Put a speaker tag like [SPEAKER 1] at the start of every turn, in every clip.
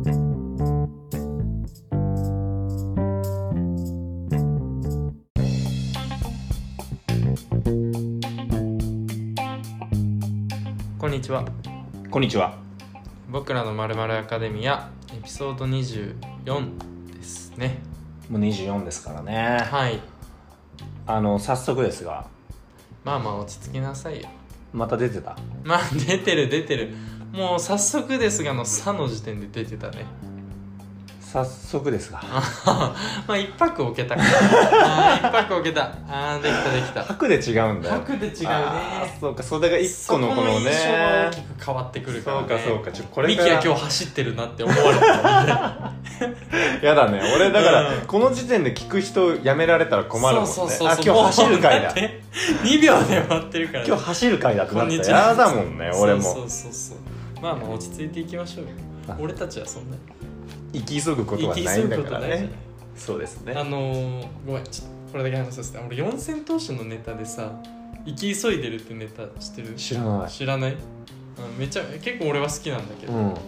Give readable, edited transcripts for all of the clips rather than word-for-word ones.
[SPEAKER 1] こんにちは。
[SPEAKER 2] こんにちは。
[SPEAKER 1] 僕らの〇〇アカデミアエピソード24ですね。
[SPEAKER 2] もう24ですからね。
[SPEAKER 1] はい。
[SPEAKER 2] 早速ですが、
[SPEAKER 1] まあ落ち着きなさいよ。
[SPEAKER 2] また出てた。
[SPEAKER 1] まあ出てる。もう早速ですがの「さ」の時点で出てたね。
[SPEAKER 2] 早速ですが。
[SPEAKER 1] まあ一泊置けたから一泊置けた。できた。
[SPEAKER 2] 拍で違うんだよ。
[SPEAKER 1] 拍で違うね。
[SPEAKER 2] そうか、それが一個のこのね、
[SPEAKER 1] そこの印象が大きく変わってくるからね。
[SPEAKER 2] そうかこれ
[SPEAKER 1] ミキは今日走ってるなって思われてるね。
[SPEAKER 2] やだね。俺だから、この時点で聞く人やめられたら困るもんね。
[SPEAKER 1] そう
[SPEAKER 2] 今日走る回だ。
[SPEAKER 1] 2秒で終わってるからね。
[SPEAKER 2] 今日走る回だってなったらやだもんね。俺も
[SPEAKER 1] そうまあ落ち着いていきましょうよ。俺たちはそんな
[SPEAKER 2] 行き急ぐことはないんだからね。そうですね。
[SPEAKER 1] ごめん、ちょっとこれだけ話させて。俺四千頭身のネタでさ、行き急いでるってネタ知ってる？知らない？結構俺は好きなんだけど、もう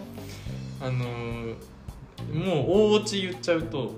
[SPEAKER 1] 大落ち言っちゃうと、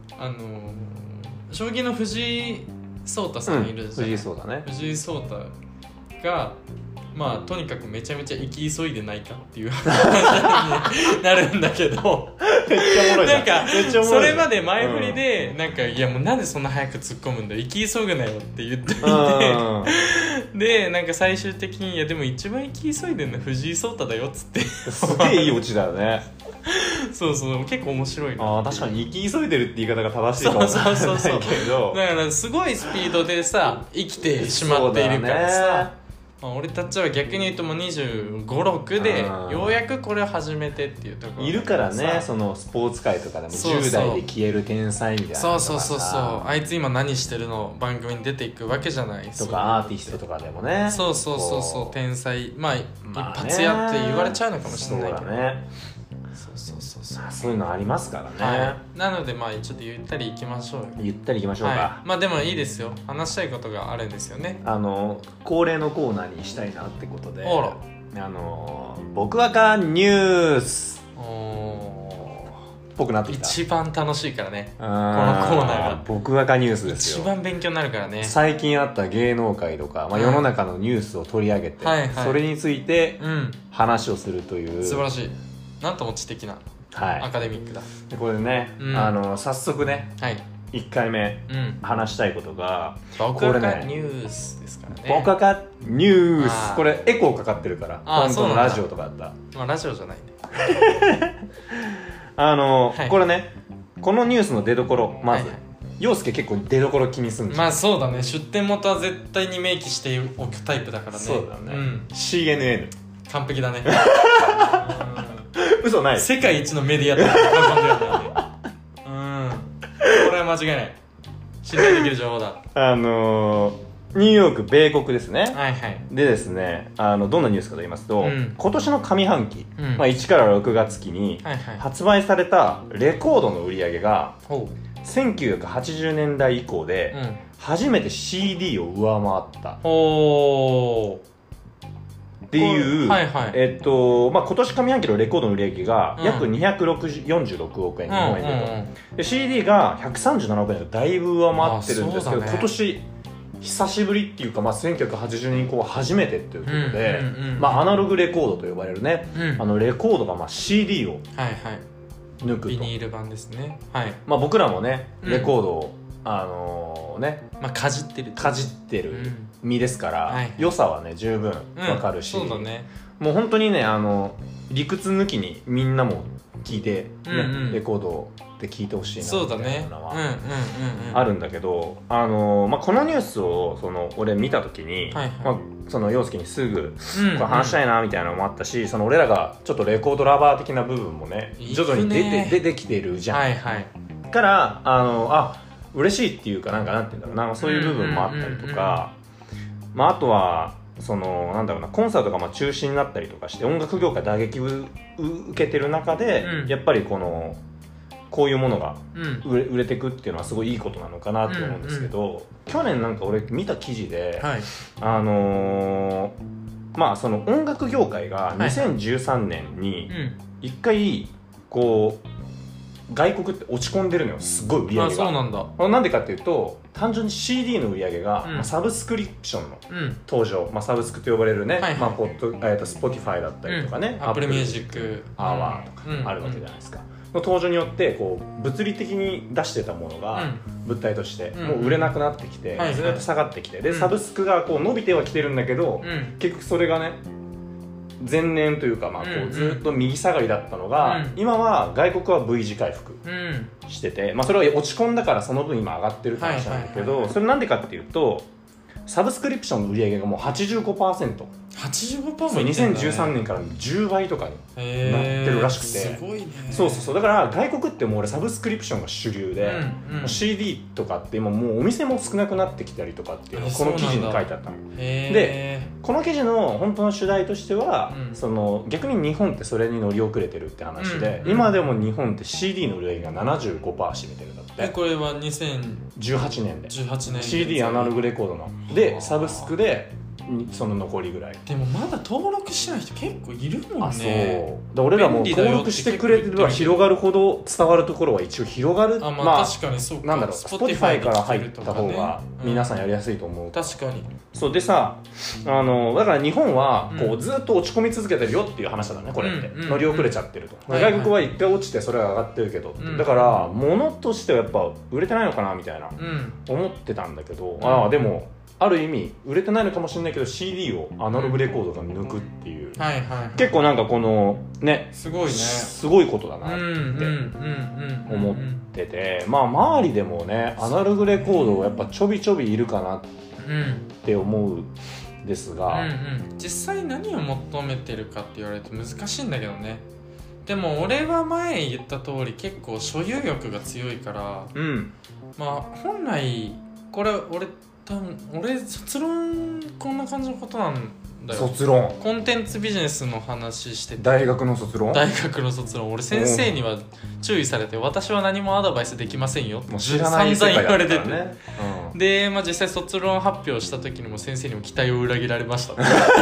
[SPEAKER 1] 将棋の藤井聡太さんいるじゃん。
[SPEAKER 2] 藤井聡太ね。
[SPEAKER 1] 藤井聡太がまあとにかくめちゃめちゃ行き急いでないかっていう話になるんだけど
[SPEAKER 2] めっちゃおもろい。
[SPEAKER 1] なんかそれまで前振りでなんかいやもうなんでそんな早く突っ込むんだよ、行き急ぐなよって言っていてでなんか最終的にいやでも一番行き急いでるのは藤井聡太だよっつって
[SPEAKER 2] すげえいいオチだよね。
[SPEAKER 1] そう結構面白いな。確
[SPEAKER 2] かに行き急いでるって言い方が正しいかもしれないけど、
[SPEAKER 1] だからすごいスピードでさ生きてしまっているからさ、俺たちは逆に言うともう25、6でようやくこれを始めてっていうところ
[SPEAKER 2] いるからね。そのスポーツ界とかでも10代で消える天才みたいな。
[SPEAKER 1] そうあいつ今何してるの番組に出ていくわけじゃない
[SPEAKER 2] とかアーティストとかでもね。
[SPEAKER 1] そう天才一発やって言われちゃうのかもしれないけどね。そう
[SPEAKER 2] いうのありますからね。
[SPEAKER 1] なのでちょっとゆったりいきましょうよ。
[SPEAKER 2] ゆったりいきましょうか。
[SPEAKER 1] でもいいですよ。話したいことがあるんですよね。
[SPEAKER 2] 恒例のコーナーにしたいなってことで、僕赤ニュースっぽくなってきた。
[SPEAKER 1] 一番楽しいからね、このコーナーが。
[SPEAKER 2] 僕赤ニュースですよ。
[SPEAKER 1] 一番勉強になるからね。
[SPEAKER 2] 最近あった芸能界とか、世の中のニュースを取り上げて、それについて話をするという、
[SPEAKER 1] 素晴らしい。なんとも知的なアカデミックだ。
[SPEAKER 2] でこれね、早速ね、1回目話したいことが、
[SPEAKER 1] 僕赤ニュースですからね。
[SPEAKER 2] 僕赤ニュース。これエコーかかってるから、本当のラジオとかだった。
[SPEAKER 1] ラジオじゃないね。
[SPEAKER 2] これね、このニュースの出どころ、まず陽介結構出どころ気にするんですよ。
[SPEAKER 1] そうだね。出典元は絶対に明記しておくタイプだからね。
[SPEAKER 2] そうだね。CNN
[SPEAKER 1] 完璧だね。
[SPEAKER 2] 嘘ない。
[SPEAKER 1] 世界一のメディアだって過言ではないね。これは間違いない。信頼できる情報だ。
[SPEAKER 2] ニューヨーク米国ですね。でですね、どんなニュースかと言いますと、今年の上半期、1から6月期に発売されたレコードの売り上げが1980年代以降で初めて CD を上回ったっていう、今年上半期のレコードの売り上げが約246億円、日本円でCD が137億円でだいぶ上回ってるんですけど、今年久しぶりっていうか、1980年以降は初めてっていうことで、アナログレコードと呼ばれるね、レコードがCD を抜くと、
[SPEAKER 1] ビニール版ですね。
[SPEAKER 2] 僕らもね、レコードをかじってる身ですから、良さはね十分わかるし、もう本当にね、理屈抜きにみんなも聴いて、レコードで聴いてほしいなみたいなのはあるんだけど、このニュースを俺見た時に、その陽介にすぐこれ話したいなみたいなのもあったし、俺らがちょっとレコードラバー的な部分もね徐々に出てきてるじゃん。から嬉しいっていうか、なんて言うんだろうな、そういう部分もあったりとか、あとはなんだろうな、コンサートが中止になったりとかして音楽業界打撃を受けてる中で、やっぱりこういうものが売れてくっていうのはすごいいいことなのかなと思うんですけど、去年なんか俺見た記事で、音楽業界が2013年に一回こう外国って落ち込んでるのよ、すごい売り上げが。
[SPEAKER 1] そうなんだ。
[SPEAKER 2] なんでかっていうと、単純に CD の売り上げが、サブスクリプションの登場、サブスクと呼ばれるね、Spotify だったりとかね、
[SPEAKER 1] Apple Music
[SPEAKER 2] アワーとかあるわけじゃないですか。の登場によってこう物理的に出してたものが物体としてもう売れなくなってきて、ずっと下がってきて、でサブスクがこう伸びてはきてるんだけど、結局それがね前年というか、こうずっと右下がりだったのが、今は外国は V 字回復してて、それは落ち込んだからその分今上がってるって話なんだけど、それなんでかっていうと、サブスクリプションの売り上げがもう 85%2013 年からの10倍とかになってるらしくて、
[SPEAKER 1] すごいね。
[SPEAKER 2] そうだから外国ってもう俺サブスクリプションが主流で、CD とかって今もうお店も少なくなってきたりとかっていうのがこの記事に書いてあったので、この記事の本当の主題としては、その逆に日本ってそれに乗り遅れてるって話で、今でも日本って CD の売り上げが 75% 占めてるんだって。
[SPEAKER 1] これは2018
[SPEAKER 2] 年で CD アナログレコードのでサブスクでその残りぐらい。
[SPEAKER 1] でもまだ登録してない人結構いるもんね。
[SPEAKER 2] そう俺らも登録してくれれば広がるほど伝わるところは一応広がる。
[SPEAKER 1] 確かにそうか。
[SPEAKER 2] なんだろう、Spotify から入った方が皆さんやりやすいと思う。
[SPEAKER 1] 確かに。
[SPEAKER 2] そうでさ、だから日本はこうずっと落ち込み続けてるよっていう話だね、これって。乗り遅れちゃってると。外国は一回落ちてそれが上がってるけど、だから物としてはやっぱ売れてないのかなみたいな思ってたんだけど、でもある意味売れてないのかもしれないけど CD をアナログレコードが抜くっていう、結構なんかこのね、
[SPEAKER 1] すごいね、
[SPEAKER 2] すごいことだなって思ってて、周りでもねアナログレコードやっぱちょびちょびいるかなって思うんですが、
[SPEAKER 1] 実際何を求めてるかって言われると難しいんだけどね。でも俺は前言った通り結構所有欲が強いから、本来これ俺卒論こんな感じのことなんだよ。
[SPEAKER 2] 卒論
[SPEAKER 1] コンテンツビジネスの話してて、
[SPEAKER 2] 大学の卒論
[SPEAKER 1] 俺先生には注意されて、私は何もアドバイスできませんよって
[SPEAKER 2] 知らない世界だったからね。
[SPEAKER 1] 散々言われてて、で、実際卒論発表した時にも先生にも期待を裏切られました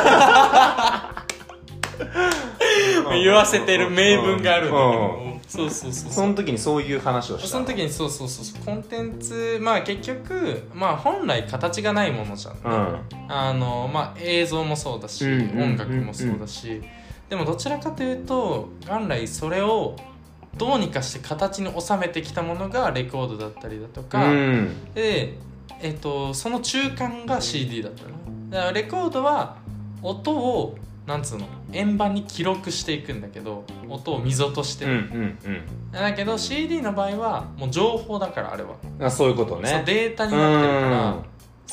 [SPEAKER 1] 言わせてる名文があるんだけど、そ
[SPEAKER 2] の時にそういう話をした。
[SPEAKER 1] その時にコンテンツ結局本来形がないものじゃん、映像もそうだし、音楽もそうだし、でもどちらかというと元来それをどうにかして形に収めてきたものがレコードだったりだとか、で、その中間が CD だったの。だからレコードは音を円盤に記録していくんだけど、音を溝としてだけど CD の場合はもう情報だから、あれは
[SPEAKER 2] そういうことね。
[SPEAKER 1] データになってるから、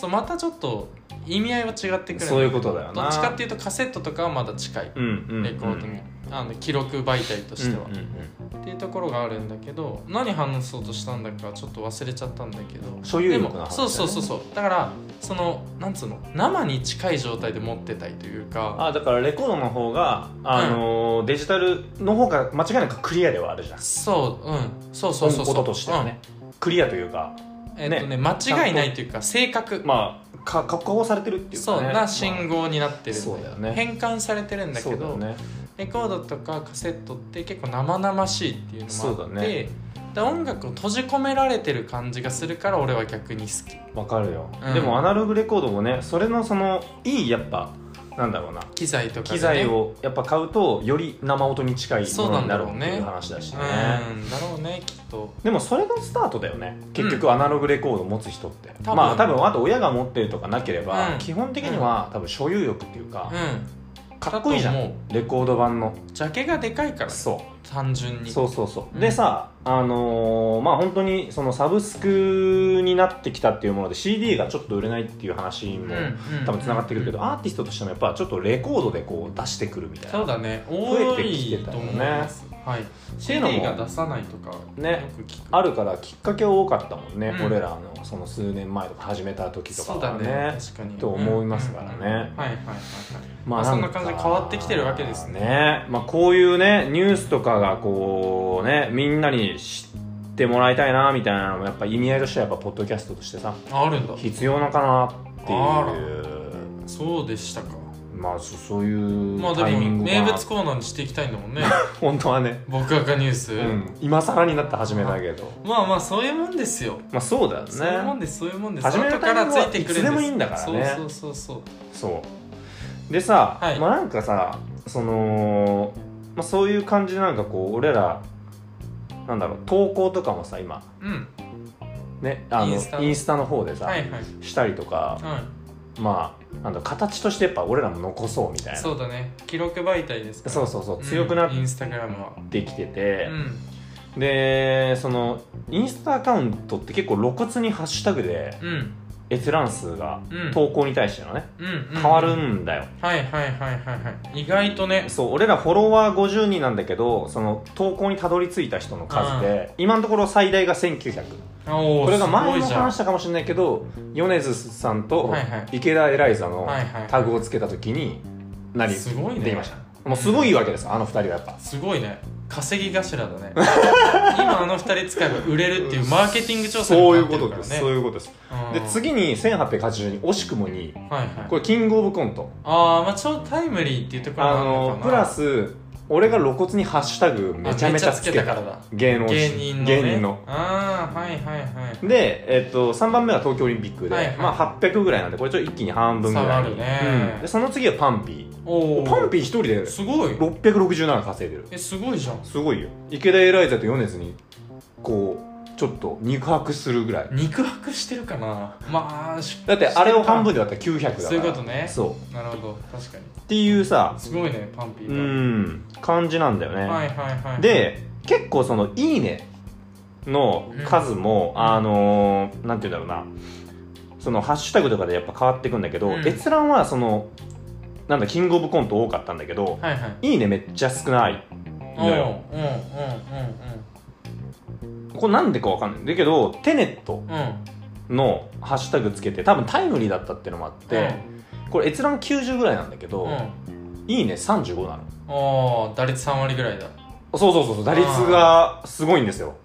[SPEAKER 1] またちょっと意味合いは違ってくる。
[SPEAKER 2] そういうことだよな。
[SPEAKER 1] どっちかっていうとカセットとかはまだ近い、レコードに記録媒体としては、っていうところがあるんだけど、何話そうとしたんだかちょっと忘れちゃったんだけど、
[SPEAKER 2] 所有欲の話、ね、
[SPEAKER 1] そうだから生に近い状態で持ってたいというか、
[SPEAKER 2] だからレコードの方がデジタルの方が間違いなくクリアではあるじゃん。そう音としてはね、クリアというか
[SPEAKER 1] 間違いないというか、正確
[SPEAKER 2] 加工されてるっていうかね、
[SPEAKER 1] な信号になってる、
[SPEAKER 2] そうだよね、
[SPEAKER 1] 変換されてるんだけど、レコードとかカセットって結構生々しいっていうのもあって、音楽を閉じ込められてる感じがするから俺は逆に好き。
[SPEAKER 2] わかるよ、でもアナログレコードもね、それのいいやっぱなんだろうな、
[SPEAKER 1] 機材とか、
[SPEAKER 2] 機材をやっぱ買うとより生音に近いものになるっていう話だしね。
[SPEAKER 1] だろうね、きっと。
[SPEAKER 2] でもそれがスタートだよね、結局アナログレコードを持つ人って、多分あと親が持ってるとかなければ、基本的には多分所有欲っていうか、かっこいいじゃん、レコード版の
[SPEAKER 1] ジャケがでかいから、単純に。
[SPEAKER 2] でさ、本当にそのサブスクになってきたっていうもので CD がちょっと売れないっていう話も多分つながってくるけど、アーティストとしてもやっぱちょっとレコードでこう出してくるみたいな、
[SPEAKER 1] そうだね、
[SPEAKER 2] 増えてきてたよね。
[SPEAKER 1] CD が出さないとか
[SPEAKER 2] ね、よく聞くあるから、きっかけは多かったもんね、俺らのその数年前とか始めた時とかはね、
[SPEAKER 1] 確かに
[SPEAKER 2] と思いますからね。
[SPEAKER 1] そんな感じで変わってきてるわけです
[SPEAKER 2] ね。こういうねニュースとかがこうね、みんなに知ってもらいたいなみたいなのもやっぱ意味合いとしてはやっぱポッドキャストとしてさ、
[SPEAKER 1] あるんだ、
[SPEAKER 2] 必要なのかなっていう。
[SPEAKER 1] そうでしたか。
[SPEAKER 2] まあそういうタイミングが、
[SPEAKER 1] まあでも名物コーナーにしていきたいんだもんね
[SPEAKER 2] 本当はね、
[SPEAKER 1] 僕赤ニュース、
[SPEAKER 2] 今更になって始めたけど、
[SPEAKER 1] まあそういうもんですよ。
[SPEAKER 2] まあそうだよね、
[SPEAKER 1] そういうもんです
[SPEAKER 2] 始めるタイミングはいつでもいいんだからね。そうでさ、まあなんかさ、まあ、そういう感じでなんかこう俺らなんだろう、投稿とかもさ今、ね、インスタの方でさ、したりとか、まあなんだ形としてやっぱ俺らも残そうみたいな。
[SPEAKER 1] そうだね、記録媒体ですから。
[SPEAKER 2] そう強くなって
[SPEAKER 1] インスタグラムは
[SPEAKER 2] できてて、でそのインスタアカウントって結構露骨にハッシュタグで、閲覧数が投稿に対してのね、変わるんだよ。意外とね。そう、俺らフォロワー50人なんだけど、その投稿にたどり着いた人の数で今のところ最大が1900。これが前も話したかもしれないけど、米津さんと池田エライザのタグをつけた時にできました。もうすごいわけです、あの2人はやっぱ
[SPEAKER 1] すごいね、稼ぎ頭だね今あの2人使えば売れるっていうマーケティング調査になってるからね。
[SPEAKER 2] そういうことです。で次に1882惜しくもに、これキングオブコント。
[SPEAKER 1] まあちょっとタイムリーっていうところなのかな。
[SPEAKER 2] プラス俺が露骨にハッシュタグめちゃめちゃつけたからだ。芸人の。で、3番目は東京オリンピックで、まあ800ぐらいなんで、これちょっと一気に半分ぐらいに。でその次はパンピー。パンピー一人ですごい667稼いでる。
[SPEAKER 1] すごいじゃん。
[SPEAKER 2] すごいよ。池田エライザと米津にこうちょっと肉薄するぐらい。
[SPEAKER 1] 肉薄してるかな。まあ
[SPEAKER 2] だってあれを半分で割ったら900だから。
[SPEAKER 1] そういうことね。
[SPEAKER 2] そう
[SPEAKER 1] なるほど、確かに
[SPEAKER 2] っていうさ、
[SPEAKER 1] すごいねパンピー
[SPEAKER 2] 感じなんだよね。で結構そのいいねの数も、なんていうんだろうな、そのハッシュタグとかでやっぱ変わっていくんだけど、閲覧はそのなんだキングオブコント多かったんだけど、いいねめっちゃ少ないのよ。これなんでかわかんないんだけど、テネットのハッシュタグつけて多分タイムリーだったっていうのもあって、これ閲覧90ぐらいなんだけど、いいね35な
[SPEAKER 1] の。打率3割ぐらいだ。
[SPEAKER 2] そう打率がすごいんですよ。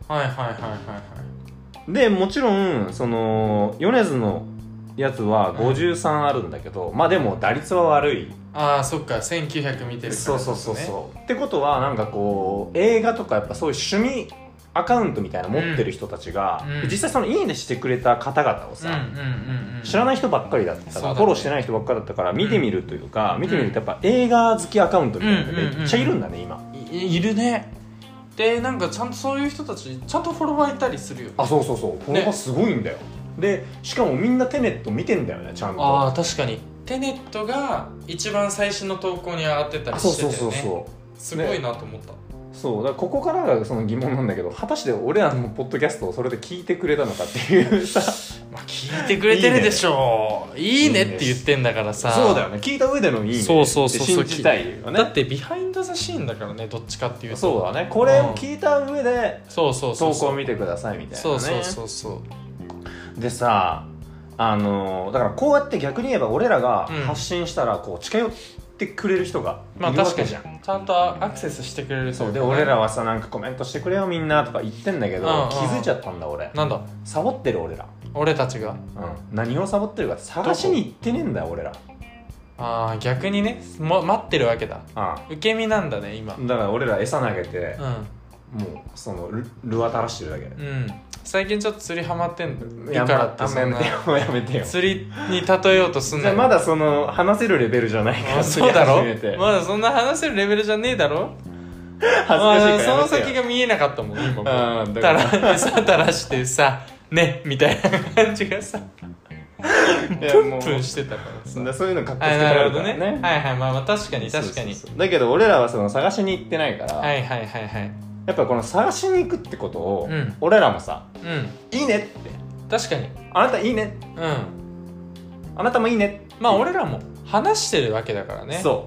[SPEAKER 2] でもちろんその米津のやつは53あるんだけど、まあでも打率は悪い。
[SPEAKER 1] そっか、1900見てるから。
[SPEAKER 2] そうってことはなんかこう映画とかやっぱそういう趣味アカウントみたいな持ってる人たちが、実際そのいいねしてくれた方々をさ、知らない人ばっかりだったから、フォローしてない人ばっかりだったから見てみるというか、見てみるとやっぱ映画好きアカウントみたいなのがめっちゃいるんだね今。
[SPEAKER 1] いるね。でなんかちゃんとそういう人たちちゃんとフォロワーいたりするよね。
[SPEAKER 2] そうフォロワーすごいんだよ。でしかもみんなテネット見てんだよねちゃんと。
[SPEAKER 1] 確かにテネットが一番最初の投稿に上がってたりしてたよね。すごいなと思った。
[SPEAKER 2] そうだからここからがその疑問なんだけど、果たして俺らのポッドキャストをそれで聞いてくれたのかっていうさ
[SPEAKER 1] 聞いてくれてるでしょう。いいねって言ってんだからさ。
[SPEAKER 2] そうだよね、聞いた上でのいいねって信じたいよね。
[SPEAKER 1] だってビハインドザシーンだからね、どっちかっていうと。
[SPEAKER 2] そうだね、これを聞いた上で投稿を見てくださいみたいなね。そうでさ、だからこうやって逆に言えば俺らが発信したらこう近寄ってくれる人がいるわけじゃん。
[SPEAKER 1] ちゃんとアクセスしてくれる。
[SPEAKER 2] そうで俺らはさ、なんかコメントしてくれよみんなとか言ってんだけど、気づいちゃったんだ俺。
[SPEAKER 1] なんだ、
[SPEAKER 2] サボってる俺たちが。何をサボってるかって探しに行ってねえんだよ俺ら。
[SPEAKER 1] 逆にね、待ってるわけだ。受け身なんだね今。
[SPEAKER 2] だから俺ら餌投げて、もうそのルアー垂らしてるだけで。
[SPEAKER 1] 最近ちょっと釣りハマってんの。
[SPEAKER 2] やめてよ。
[SPEAKER 1] 釣りに例えようとすんなよ。
[SPEAKER 2] まだその話せるレベルじゃないから。
[SPEAKER 1] そうだろ。まだそんな話せるレベルじゃねえだろ。その先が見えなかったもん今。餌垂らしてさねみたいな感じがさプンプンしてたからさ。
[SPEAKER 2] そういうのかっこつけられるからね。
[SPEAKER 1] まあ確かに確かに。
[SPEAKER 2] だけど俺らはその探しに行ってないから。やっぱこの探しに行くってことを、俺らもさ、いいねって。
[SPEAKER 1] 確かに。
[SPEAKER 2] あなたいいね。あなたもいいね。
[SPEAKER 1] まあ俺らも話してるわけだからね。
[SPEAKER 2] そう。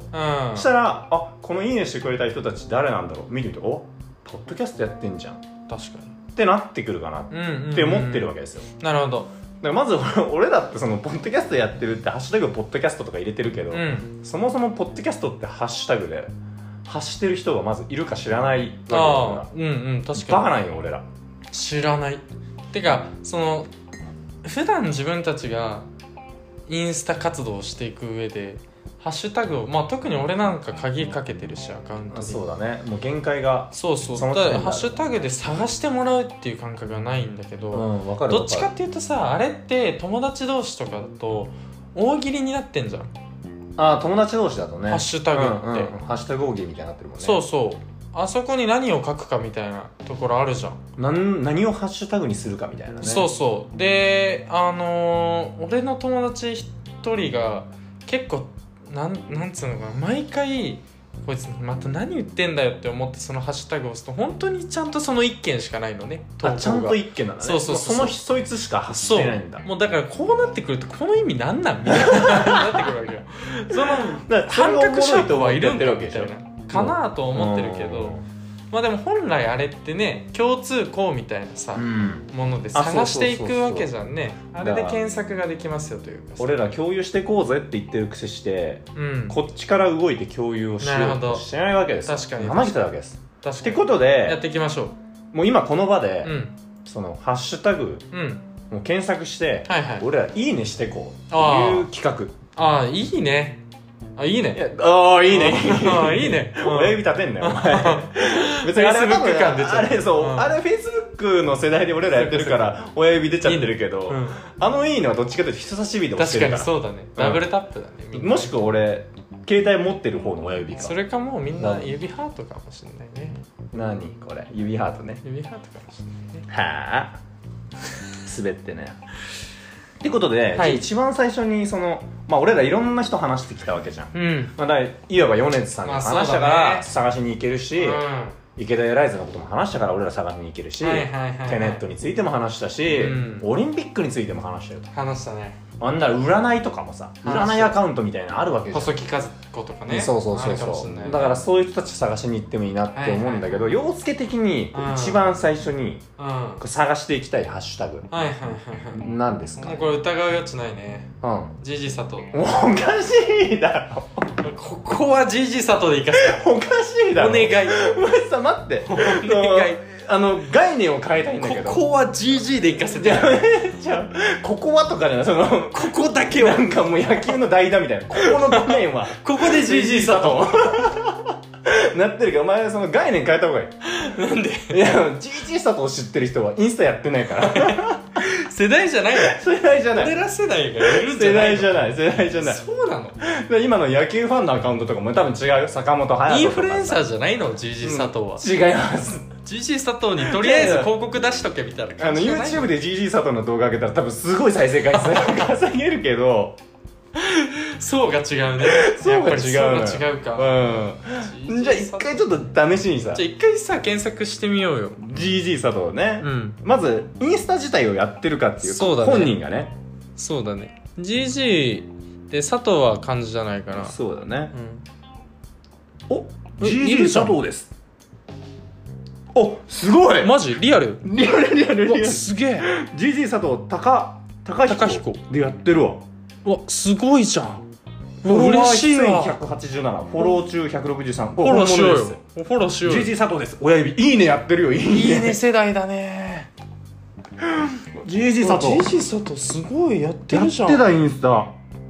[SPEAKER 2] したら、このいいねしてくれた人たち誰なんだろう、見てみて、ポッドキャストやってんじゃん。
[SPEAKER 1] 確かに。
[SPEAKER 2] ってなってくるかなって思ってるわけですよ。
[SPEAKER 1] なるほど。
[SPEAKER 2] だからまず俺だってそのポッドキャストやってるってハッシュタグポッドキャストとか入れてるけど、そもそもポッドキャストってハッシュタグで発してる人がまずいるか知らないわけだから。確かにバカなんよ俺ら。
[SPEAKER 1] 知らない。てかその普段自分たちがインスタ活動をしていく上でハッシュタグを、まあ特に俺なんか鍵かけてるしアカウントに。
[SPEAKER 2] そうだね、もう限界が
[SPEAKER 1] そうだからハッシュタグで探してもらうっていう感覚がないんだけど、
[SPEAKER 2] 分かる。
[SPEAKER 1] どっちかっていうとさ、あれって友達同士とかだと大喜利になってんじゃん。
[SPEAKER 2] 友達同士だとね、
[SPEAKER 1] ハッシュタグって、
[SPEAKER 2] ハッシュタグ大喜利みたいになってるもんね。
[SPEAKER 1] そうあそこに何を書くかみたいなところあるじゃん。
[SPEAKER 2] 何をハッシュタグにするかみたいなね。
[SPEAKER 1] そうで俺の友達一人が結構なんつうのかな、毎回こいつまた何言ってんだよって思ってそのハッシュタグを押すと本当にちゃんとその一件しかないのね。
[SPEAKER 2] ちゃんと一件なんだね。そいつしか発してないんだ。
[SPEAKER 1] もうだからこうなってくるとこの意味なんなんみたいななってくるわけよ。その半角シャープはいるんだみたいなかなと思ってるけど、まあでも本来あれってね、共通項みたいなさ、もので探していくわけじゃんね。あれで検索ができますよというか、
[SPEAKER 2] 俺ら共有していこうぜって言ってるくせして、こっちから動いて共有をしようとしてないわけです。
[SPEAKER 1] 確かに
[SPEAKER 2] 生きてたわけです。ってことで
[SPEAKER 1] やっていきましょ
[SPEAKER 2] う。もう今この場で、そのハッシュタグもう検索して、俺らいいねしていこうという企
[SPEAKER 1] 画。いいね。いいね。
[SPEAKER 2] いいね。
[SPEAKER 1] いいね。
[SPEAKER 2] 親指立てんなよ、お前。別にあれは多分、あれ、Facebook の世代で俺らやってるから、親指出ちゃってるけど、いいねはどっちかというと人差し指で押してるから。
[SPEAKER 1] 確かにそうだね。ダブルタップだね。
[SPEAKER 2] もしくは俺、携帯持ってる方の親指か。
[SPEAKER 1] それかもうみんな指ハートかもしれないね。
[SPEAKER 2] 何これ、指ハートね。
[SPEAKER 1] 指ハートかもしれないね。
[SPEAKER 2] はぁ。滑ってね。ってことで、一番最初に俺らいろんな人話してきたわけじゃん。いわば米津さんが話したから探しに行けるし、池田エライザのことも話したから俺ら探しに行けるし、テネットについても話したし、オリンピックについても話したよと。
[SPEAKER 1] 話したね。
[SPEAKER 2] あんな占いとかもさ、占いアカウントみたいなのあるわけじゃん。
[SPEAKER 1] 細木和子とかね。
[SPEAKER 2] そうだからそういう人たち探しに行ってもいいなって思うんだけど、陽介的に一番最初に探していきたいハッシュタグ何ですか？
[SPEAKER 1] これ疑う余地ないね。ジジ佐藤。
[SPEAKER 2] おかしいだろ。
[SPEAKER 1] ここはジジ佐藤でいかせて。
[SPEAKER 2] おかしいだろ。
[SPEAKER 1] お願い。
[SPEAKER 2] お前さ待って。お願い。概念を変えたいんだけど、
[SPEAKER 1] ここは GG で行かせて。
[SPEAKER 2] じゃあここはとかじゃない、
[SPEAKER 1] ここだけは
[SPEAKER 2] なんかもう野球の代打みたいな、ここの場面は
[SPEAKER 1] ここで GG 佐
[SPEAKER 2] 藤なってるけど、お前その概念変えた方がいい。
[SPEAKER 1] なんで？
[SPEAKER 2] いや GG 佐藤知ってる人はインスタやってないから
[SPEAKER 1] 世代じゃないの？
[SPEAKER 2] 世代じゃない。
[SPEAKER 1] 俺ら世代がいるんじゃないの？
[SPEAKER 2] 世代じゃない。
[SPEAKER 1] そうなの？
[SPEAKER 2] 今の野球ファンのアカウントとかも多分違うよ。坂本勇人とか。
[SPEAKER 1] インフルエンサーじゃないの？ GG 佐藤は。
[SPEAKER 2] 違います。
[SPEAKER 1] GG 佐藤にとりあえず広告出しとけみたいな感じじゃない？
[SPEAKER 2] YouTube で GG 佐藤の動画上げたら多分すごい再生回数稼げるけど
[SPEAKER 1] 層が違うね。
[SPEAKER 2] 層が違うの。
[SPEAKER 1] 層が違うか。
[SPEAKER 2] じゃあ一回ちょっと試しにさ。
[SPEAKER 1] じゃあ一回さ検索してみようよ。
[SPEAKER 2] GG 佐藤ね。まずインスタ自体をやってるかっていう。そうだね。本人がね。
[SPEAKER 1] そうだね。GG で佐藤は漢字じゃないかな。
[SPEAKER 2] そうだね。お GG 佐藤です。おすごい。
[SPEAKER 1] マジリアル。
[SPEAKER 2] リアル。
[SPEAKER 1] すげえ。
[SPEAKER 2] GG 佐藤高彦でやってるわ。
[SPEAKER 1] すごいじゃん。
[SPEAKER 2] 嬉しいわ。1187、フォロー中163。
[SPEAKER 1] フォローしようよ。フォローしようよ。
[SPEAKER 2] GG 佐藤です。親指いいねやってるよ。い
[SPEAKER 1] いね世代だね。
[SPEAKER 2] GG 佐藤。
[SPEAKER 1] GG 佐藤すごいやってるじゃん。
[SPEAKER 2] やってたインスタ。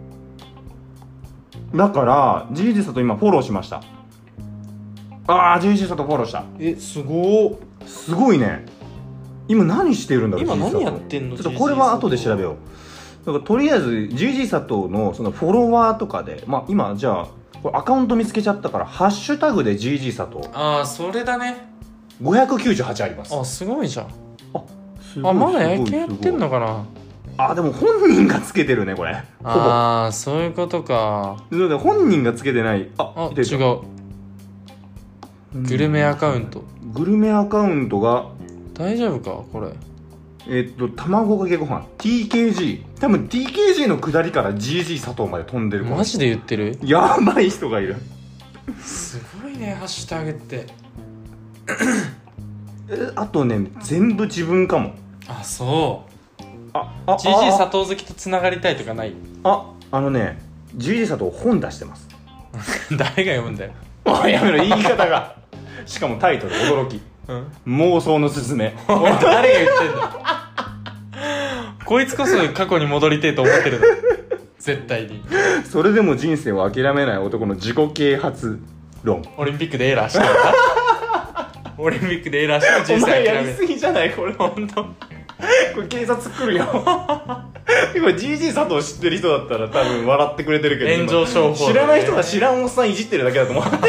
[SPEAKER 2] だから GG 佐藤今フォローしました。GG 佐藤フォローした。すごいね。今何してるんだろう。
[SPEAKER 1] 今何やってんの？
[SPEAKER 2] ちょっとこれは後で調べよう。だからとりあえず GG 佐藤のそのフォロワーとかで、今じゃあこれアカウント見つけちゃったからハッシュタグで GG 佐藤。
[SPEAKER 1] それだね。
[SPEAKER 2] 598あります。
[SPEAKER 1] すごいじゃん。
[SPEAKER 2] すごい。
[SPEAKER 1] まだ野球やってんのかな。
[SPEAKER 2] でも本人がつけてるねこれ。
[SPEAKER 1] そういうことか。
[SPEAKER 2] 本人がつけてない。
[SPEAKER 1] 違う。グルメアカウント。
[SPEAKER 2] グルメアカウントが
[SPEAKER 1] 大丈夫かこれ。
[SPEAKER 2] 卵かけご飯 TKG。 多分 TKG の下りから GG 佐藤まで飛んでる。
[SPEAKER 1] マジで言ってる？
[SPEAKER 2] やばい人がいる。
[SPEAKER 1] すごいねハッシュタグって
[SPEAKER 2] あとね全部自分かも。
[SPEAKER 1] そう。GG 佐藤好きとつながりたいとかない？
[SPEAKER 2] GG 佐藤本出してます。
[SPEAKER 1] 誰が読むんだよ。
[SPEAKER 2] やめろ言い方が。しかもタイトル驚き。妄想のすすめ。
[SPEAKER 1] 誰が言ってんだこいつこそ過去に戻りてえと思ってるだろ。 絶対に。
[SPEAKER 2] それでも人生を諦めない男の自己啓発論。
[SPEAKER 1] オリンピックでエラーしたのかオリンピックでエラーした人生諦める。
[SPEAKER 2] お前やりすぎじゃないこれ。
[SPEAKER 1] 本当。
[SPEAKER 2] これ警察来るよこれ GG 佐藤知ってる人だったら多分笑ってくれてるけど、
[SPEAKER 1] 炎上商法、
[SPEAKER 2] 知らない人が知らんおっさんいじってるだけだと思って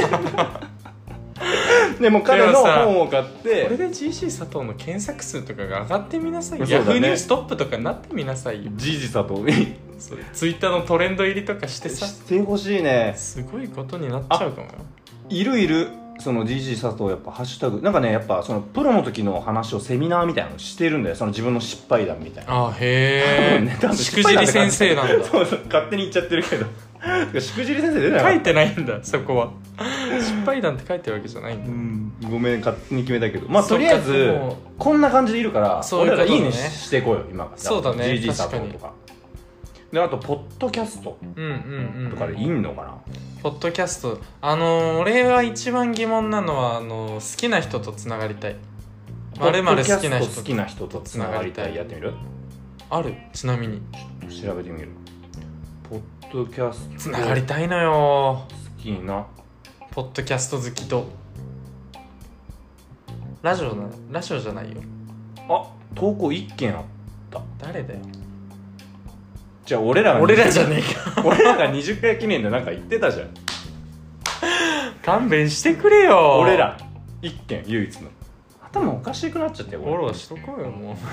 [SPEAKER 2] でも彼の本を買って
[SPEAKER 1] これで GG 佐藤の検索数とかが上がってみなさいよ、
[SPEAKER 2] そうだね、
[SPEAKER 1] ヤフーニューストップとかになってみなさいよ。
[SPEAKER 2] GG 佐藤
[SPEAKER 1] ツイッターのトレンド入りとかしてさ、
[SPEAKER 2] してほしいね。
[SPEAKER 1] すごいことになっちゃうかもよ。
[SPEAKER 2] いるその GG 佐藤やっぱハッシュタグなんかね、やっぱそのプロの時の話をセミナーみたいなのしてるんだよ、その自分の失敗談みたいな。
[SPEAKER 1] あへえ、しくじり先生なんだ。
[SPEAKER 2] そう勝手に言っちゃってるけどしくじり先生出てない
[SPEAKER 1] 書いてないんだそこは失敗談って書いてるわけじゃないんだ。
[SPEAKER 2] ごめん勝手に決めたけど、まあとりあえずこんな感じでいるから
[SPEAKER 1] そういうこと、ね、
[SPEAKER 2] 俺らいいねしていこうよ今から。
[SPEAKER 1] そうだね、
[SPEAKER 2] GG 佐藤とかで、あとポッドキャストとかでいいのかな、
[SPEAKER 1] ポッドキャスト。俺が一番疑問なのは好きな人とつながりたい。〇〇好きな人
[SPEAKER 2] とつながりたい。やってみる？
[SPEAKER 1] ある？ちなみに
[SPEAKER 2] 調べてみる。ポッドキャスト
[SPEAKER 1] つながりたいのよ。
[SPEAKER 2] 好きな
[SPEAKER 1] ポッドキャスト好きと。ラジオじゃないよ。
[SPEAKER 2] あ、投稿1件あった。
[SPEAKER 1] 誰だよ。
[SPEAKER 2] じゃあ俺ら
[SPEAKER 1] じゃねえか
[SPEAKER 2] 俺らが20回記念でなんか言ってたじゃん
[SPEAKER 1] 勘弁してくれよ。
[SPEAKER 2] 俺ら1件唯一の。頭おかしくなっちゃってよ。
[SPEAKER 1] フォローしとこうよもう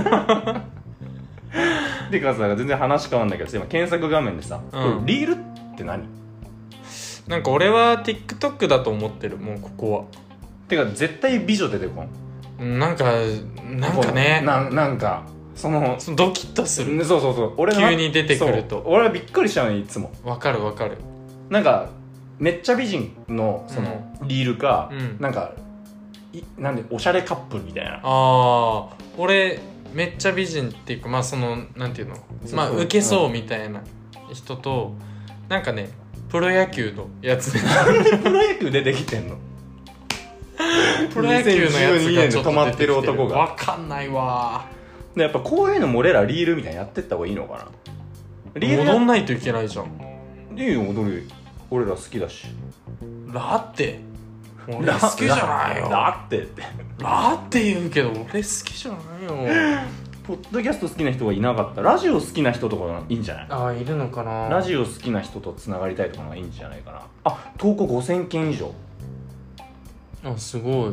[SPEAKER 2] でかさ、全然話変わんないけど今検索画面でさ、リールって何？
[SPEAKER 1] なんか俺は TikTok だと思ってる。もうここは
[SPEAKER 2] てか絶対美女出てこん。
[SPEAKER 1] なんかね、
[SPEAKER 2] なんかその
[SPEAKER 1] ドキッとする。
[SPEAKER 2] そう俺
[SPEAKER 1] 急に出てくると
[SPEAKER 2] 俺はびっくりしちゃうねいつも。
[SPEAKER 1] わかる
[SPEAKER 2] なんかめっちゃ美人のそのリールか、なんかなんでおしゃれカップルみたいな。
[SPEAKER 1] 俺めっちゃ美人っていうか、まあそのなんていうの、まあウケそうみたいな人と、なんかねプロ野球のやつで
[SPEAKER 2] なんでプロ野球出てきてんの
[SPEAKER 1] プロ野球のやつがちょっと出てきてる。
[SPEAKER 2] 止まってる男が
[SPEAKER 1] わかんないわ。
[SPEAKER 2] でやっぱこういうのも俺らリールみたいにやってった方がいいのかな。
[SPEAKER 1] リール踊んないといけないじゃん。
[SPEAKER 2] いいよ踊る。俺ら好きだし。
[SPEAKER 1] ラって俺好きじゃないよ。
[SPEAKER 2] ラって
[SPEAKER 1] 言うけど俺好きじゃないよ。
[SPEAKER 2] ポッドキャスト好きな人がいなかったらラジオ好きな人とかがいいんじゃない？
[SPEAKER 1] いるのかな。
[SPEAKER 2] ラジオ好きな人とつながりたいとかがいいんじゃないかな。あ、投稿5000件以上。
[SPEAKER 1] すごい。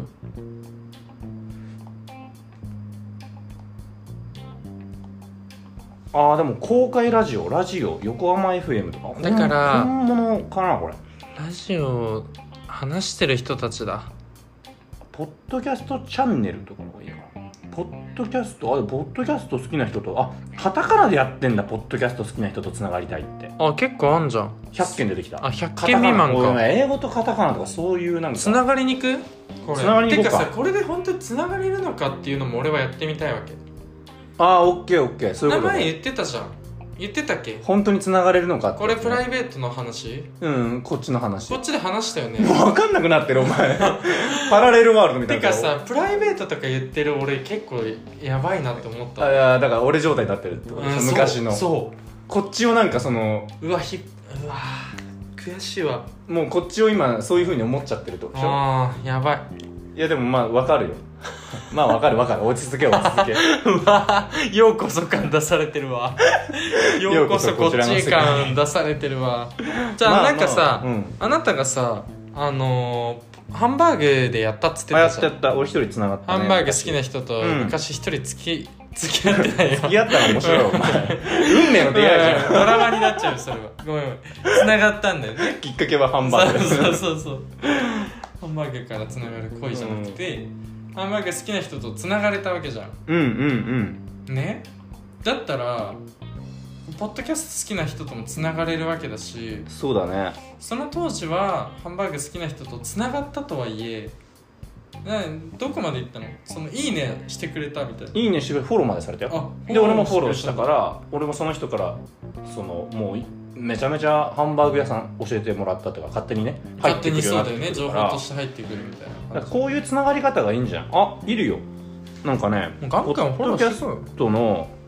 [SPEAKER 2] でも公開ラジオ横浜 FM とか
[SPEAKER 1] だから
[SPEAKER 2] 本物かなこれ。
[SPEAKER 1] ラジオ話してる人たちだ。
[SPEAKER 2] ポッドキャストチャンネルとかの方がいいかな。ポッドキャスト好きな人とカタカナでやってんだ。ポッドキャスト好きな人とつながりたいって。
[SPEAKER 1] 結構あんじゃん。
[SPEAKER 2] 100件出てきた。
[SPEAKER 1] 100件未満か。
[SPEAKER 2] 英語とカタカナとかそういうなんか
[SPEAKER 1] つながりに行く。これ
[SPEAKER 2] つながりに行こうか。
[SPEAKER 1] てかさ、これで本当につながれるのかっていうのも俺はやってみたいわけ。
[SPEAKER 2] オッケーそういうこと。
[SPEAKER 1] 名前言ってたじゃん。言ってたっけ？
[SPEAKER 2] 本当につながれるのかって、
[SPEAKER 1] これプライベートの話？
[SPEAKER 2] こっちの話。
[SPEAKER 1] こっちで話したよね。
[SPEAKER 2] もう分かんなくなってるお前パラレルワールドみたいな。
[SPEAKER 1] てかさ、プライベートとか言ってる俺結構やばいなって思った。
[SPEAKER 2] だから俺状態になってるってこと、昔の。
[SPEAKER 1] そう
[SPEAKER 2] こっちをなんかその
[SPEAKER 1] うわ悔しいわ。
[SPEAKER 2] もうこっちを今そういう風に思っちゃってるってことでしょ。
[SPEAKER 1] やばい。
[SPEAKER 2] いやでもまあ分かるよまあ分かる落ち着け
[SPEAKER 1] うわようこそ感出されてるわようこそこっち感出されてるわ。じゃあなんかさ、あなたがさハンバーグでやったっつってたじゃん。
[SPEAKER 2] やった俺一人繋がったね。
[SPEAKER 1] ハンバーグ好きな人と昔一人付き合ってないよ。
[SPEAKER 2] 付き合ったら面白いよお前運命の出会いじゃん
[SPEAKER 1] ドラマになっちゃうよそれは。ごめん繋がったんだよね。
[SPEAKER 2] きっかけはハンバーグ
[SPEAKER 1] そうハンバーグから繋がる恋じゃなくて、ハンバーグ好きな人と繋がれたわけじゃん。ね。だったらポッドキャスト好きな人とも繋がれるわけだし。
[SPEAKER 2] そうだね。
[SPEAKER 1] その当時はハンバーグ好きな人と繋がったとはいえどこまで行ったの？そのいいねしてくれたみたいな。
[SPEAKER 2] いいねしてくれ、フォローまでされたよ。で俺もフォローしたから、俺もその人からもうめちゃめちゃハンバーグ屋さん教えてもらったとか勝手にね入ってくるようになってくるから。
[SPEAKER 1] 勝手にそうだよね、情報として入ってくるみたいな。
[SPEAKER 2] だからこういうつながり方がいいんじゃん。いるよ。なんかね、
[SPEAKER 1] ガンガンフォローして
[SPEAKER 2] ポッドキャストの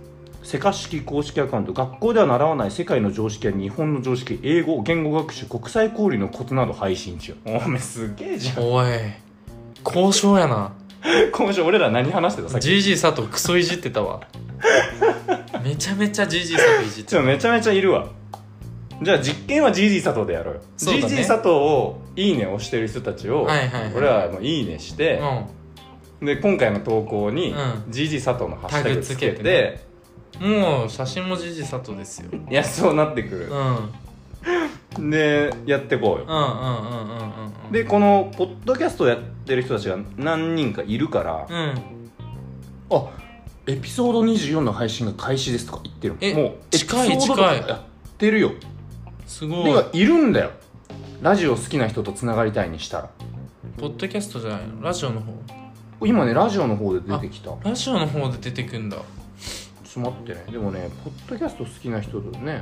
[SPEAKER 2] セカ式公式アカウント、学校では習わない世界の常識や日本の常識、英語、言語学習、国際交流のコツなど配信中。おめすげえじゃん。
[SPEAKER 1] おい交渉やな。
[SPEAKER 2] 交渉。俺ら何話してたさっき。
[SPEAKER 1] GG 佐藤クソいじってたわ。めちゃめちゃ GG 佐藤いじってた。
[SPEAKER 2] めちゃめちゃいるわ。じゃあ実験は GG 佐藤でやろうよ。
[SPEAKER 1] そうだね、
[SPEAKER 2] GG 佐藤をいいね押してる人たちを、
[SPEAKER 1] はいはいはい、
[SPEAKER 2] 俺らもいいねして、で今回の投稿に GG 佐藤のハッシュタグつけて、
[SPEAKER 1] もう写真も GG 佐藤ですよ。
[SPEAKER 2] いやそうなってくる、でやってこうよ。でこのポッドキャストをやってる人たちが何人かいるから、あエピソード24の配信が開始ですとか言ってる。もう
[SPEAKER 1] 近い
[SPEAKER 2] エピソードとかやってるよ。
[SPEAKER 1] すごい。
[SPEAKER 2] でいるんだよ。ラジオ好きな人とつながりたいにしたら。
[SPEAKER 1] ポッドキャストじゃないの、ラジオの方。
[SPEAKER 2] 今ねラジオの方で出てきた。
[SPEAKER 1] ラジオの方で出てくんだ。
[SPEAKER 2] ちょっと待ってね。でもねポッドキャスト好きな人とね、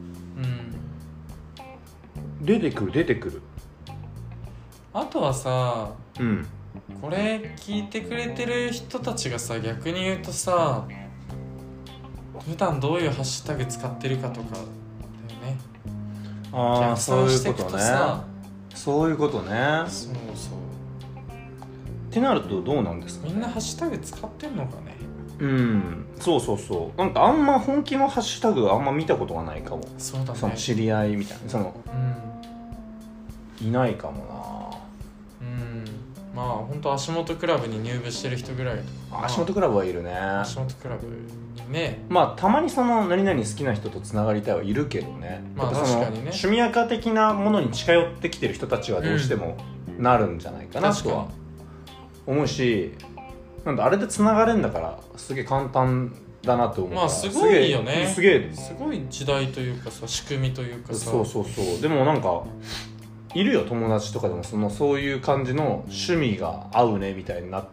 [SPEAKER 2] 出てくる。
[SPEAKER 1] あとはさ、これ聞いてくれてる人たちがさ、逆に言うとさ、普段どういうハッシュタグ使ってるかとかだよね。
[SPEAKER 2] ああそういうことね。そういうことね。
[SPEAKER 1] そう
[SPEAKER 2] ってなるとどうなんですか、ね、
[SPEAKER 1] みんなハッシュタグ使ってんのかね。
[SPEAKER 2] そうなんかあんま本気のハッシュタグあんま見たことがないかも。
[SPEAKER 1] そうだね。
[SPEAKER 2] その知り合いみたいないないかもな。
[SPEAKER 1] まあ本当足元クラブに入部してる人ぐらいとか。
[SPEAKER 2] 足元クラブはいるね。
[SPEAKER 1] 足元クラブにね。
[SPEAKER 2] まあたまにその何々好きな人とつながりたいはいるけどね。
[SPEAKER 1] まあ確かにね。
[SPEAKER 2] 趣味垢的なものに近寄ってきてる人たちはどうしてもなるんじゃないかなとは思うし、なんだあれでつながれんだからすげえ簡単だなと思う。
[SPEAKER 1] まあすごいよね。
[SPEAKER 2] すご
[SPEAKER 1] い時代というかさ、仕組みというかさ。
[SPEAKER 2] そうでもなんかいるよ、友達とかでもそういう感じの趣味が合うねみたいになって、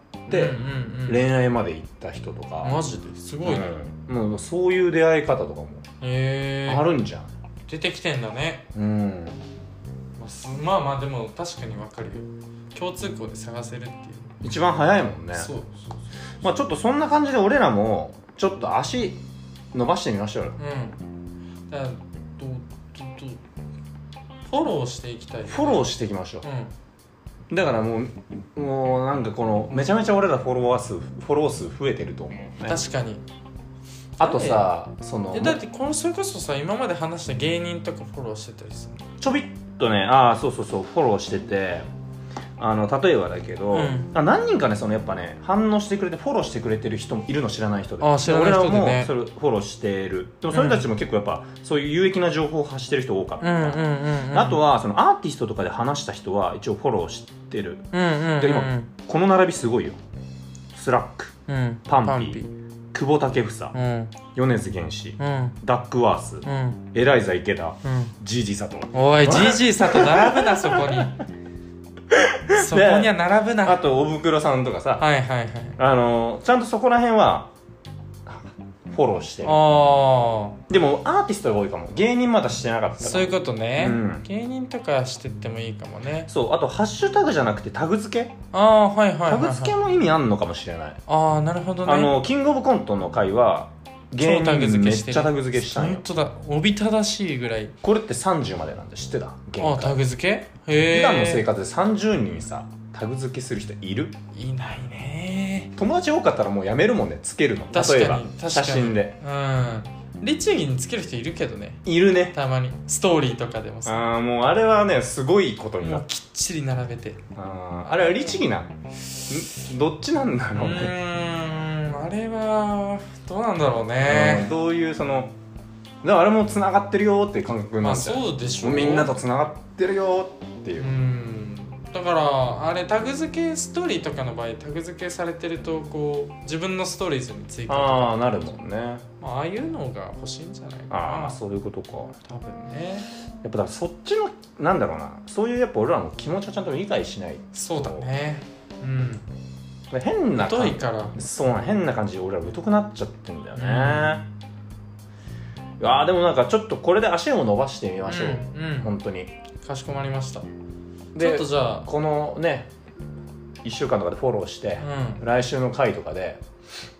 [SPEAKER 2] 恋愛まで行った人とか。
[SPEAKER 1] マジですごいね、
[SPEAKER 2] もうそういう出会い方とかもあるんじゃん。
[SPEAKER 1] 出てきてんだね。まあでも確かに分かるよ。共通項で探せるっていう
[SPEAKER 2] 一番早いもんね。そうまあちょっとそんな感じで俺らもちょっと足伸ばしてみましょうよ。
[SPEAKER 1] だからフォローしていきたい、ね、
[SPEAKER 2] フォローしていきましょう、だからもうなんかこのめちゃめちゃ俺らフォロー数増えてると思うね。
[SPEAKER 1] 確かに。
[SPEAKER 2] あとさ
[SPEAKER 1] だってそれこそさ、今まで話した芸人とかフォローしてたりする。
[SPEAKER 2] ちょびっとね、そうフォローしてて、例えばだけど、何人かねやっぱね反応してくれてフォローしてくれてる人もいるの、知らない人で。
[SPEAKER 1] 知らない人でね。
[SPEAKER 2] 俺らもそれフォローしてる。でもそれたちも結構やっぱそういう有益な情報を発してる人多かった。あとはアーティストとかで話した人は一応フォローしてる。で今この並びすごいよ。スラック、パンピー、久保建英、米津玄師、ダックワース、エライザ池田、GG 佐藤。
[SPEAKER 1] おい GG 佐藤並ぶな、そこに。そこには並ぶな。
[SPEAKER 2] あとおぶくろさんとかさ、ちゃんとそこら辺はフォローしてる。でもアーティストが多いかも。芸人まだしてなかったから。
[SPEAKER 1] そういうことね、芸人とかしてってもいいかもね。
[SPEAKER 2] そう、あとハッシュタグじゃなくてタグ付け。タグ付けも意味あんのかもしれない。
[SPEAKER 1] なるほどね。
[SPEAKER 2] キングオブコントの回は芸人めっちゃタグ付けしたんよ。
[SPEAKER 1] 本当だ、おびただしいぐらい。
[SPEAKER 2] これって30までなんで知ってた？
[SPEAKER 1] タグ付け。
[SPEAKER 2] 普段の生活で30人さタグ付けする人いる？
[SPEAKER 1] いないね。
[SPEAKER 2] 友達多かったらもうやめるもんね、つけるの。例えば写真で。
[SPEAKER 1] 律儀につける人いるけどね。
[SPEAKER 2] いるね、
[SPEAKER 1] たまにストーリーとかでもさ。
[SPEAKER 2] もうあれはねすごいことになる。
[SPEAKER 1] もうきっちり並べて。
[SPEAKER 2] あれは律儀などっちなんだろうね。
[SPEAKER 1] あれはどうなんだろうね。
[SPEAKER 2] どういうだからあれもつながってるよっていう感覚なんじゃない？
[SPEAKER 1] そうでしょう。
[SPEAKER 2] みんなとつながってるよっていう。
[SPEAKER 1] だからあれタグ付けストーリーとかの場合タグ付けされてるとこう自分のストーリーズに追加とか
[SPEAKER 2] なるもんね。
[SPEAKER 1] ああいうのが欲しいんじゃないかな。
[SPEAKER 2] そういうことか。
[SPEAKER 1] 多分ね。
[SPEAKER 2] やっぱだからそっちのなんだろうな、そういうやっぱ俺らの気持ちをちゃんと理解しない。
[SPEAKER 1] そうだね。
[SPEAKER 2] 変な
[SPEAKER 1] 疎いから。
[SPEAKER 2] 変な感じで俺ら疎くなっちゃってんだよね。でもなんかちょっとこれで足を伸ばしてみましょう。本当に
[SPEAKER 1] かしこまりました。ちょっとじゃあ
[SPEAKER 2] このね1週間とかでフォローして、来週の回とかで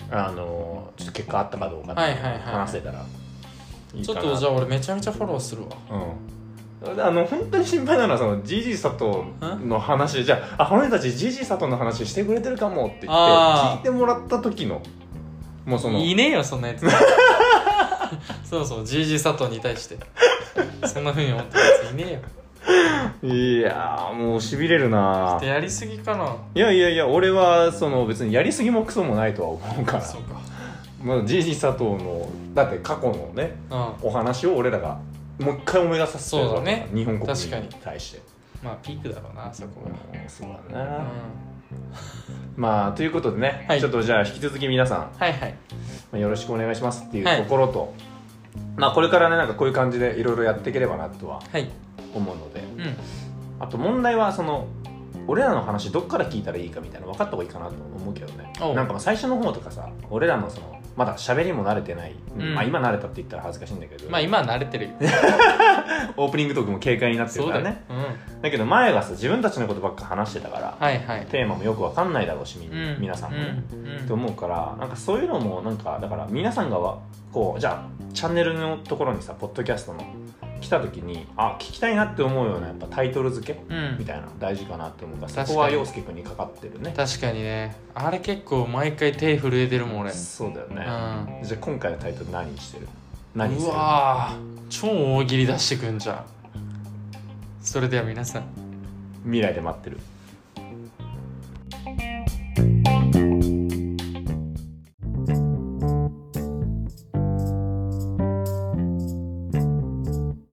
[SPEAKER 2] ちょっと結果あったかどうかって話せたらいいかな。
[SPEAKER 1] ちょっとじゃあ俺めちゃめちゃフォローするわ。
[SPEAKER 2] 本当に心配なのはそのジジ佐藤の話じゃあこの人たちジジ佐藤の話してくれてるかもって言って聞いてもらった時のもうその
[SPEAKER 1] いねえよそんなやつそうジジ佐藤に対してそんな風に思ってるやついねえよ。
[SPEAKER 2] いやもうしびれるな。
[SPEAKER 1] ちょっとやりすぎかな。
[SPEAKER 2] いや俺はその別にやりすぎもクソもないとは思うから。
[SPEAKER 1] そうか。
[SPEAKER 2] ジジ佐藤のだって過去のね、お話を俺らがもう一回思い出させてるから、ね、日本国民に対して
[SPEAKER 1] まあピークだろうなそこは。
[SPEAKER 2] そうだな、まあということでね、ちょっとじゃあ引き続き皆さん、よろしくお願いしますっていうところと、まあこれからねなんかこういう感じでいろいろやっていければなとは思うので、あと問題はその俺らの話どっから聞いたらいいかみたいなの分かった方がいいかなと思うけどね。なんか最初の方とかさ俺らのそのまだ喋りも慣れてない、まあ今慣れたって言ったら恥ずかしいんだけど、
[SPEAKER 1] まあ今は慣れてるよ
[SPEAKER 2] オープニングトークも軽快になってるからね。だけど前はさ自分たちのことばっか話してたから、テーマもよく分かんないだろうし皆さんもね、って思うからなんかそういうのもなんかだから皆さんがこうじゃあチャンネルのところにさポッドキャストの来た時に聞きたいなって思うようなやっぱタイトル付け、みたいな大事かなって思うから、そこは陽介君にかかってるね。
[SPEAKER 1] 確かにねあれ結構毎回手震えてるもん俺。
[SPEAKER 2] そうだよね、じゃあ今回のタイトル何にしてる？何にする？
[SPEAKER 1] うわ超大喜利出してくんじゃん。それでは皆さん
[SPEAKER 2] 未来で待ってる。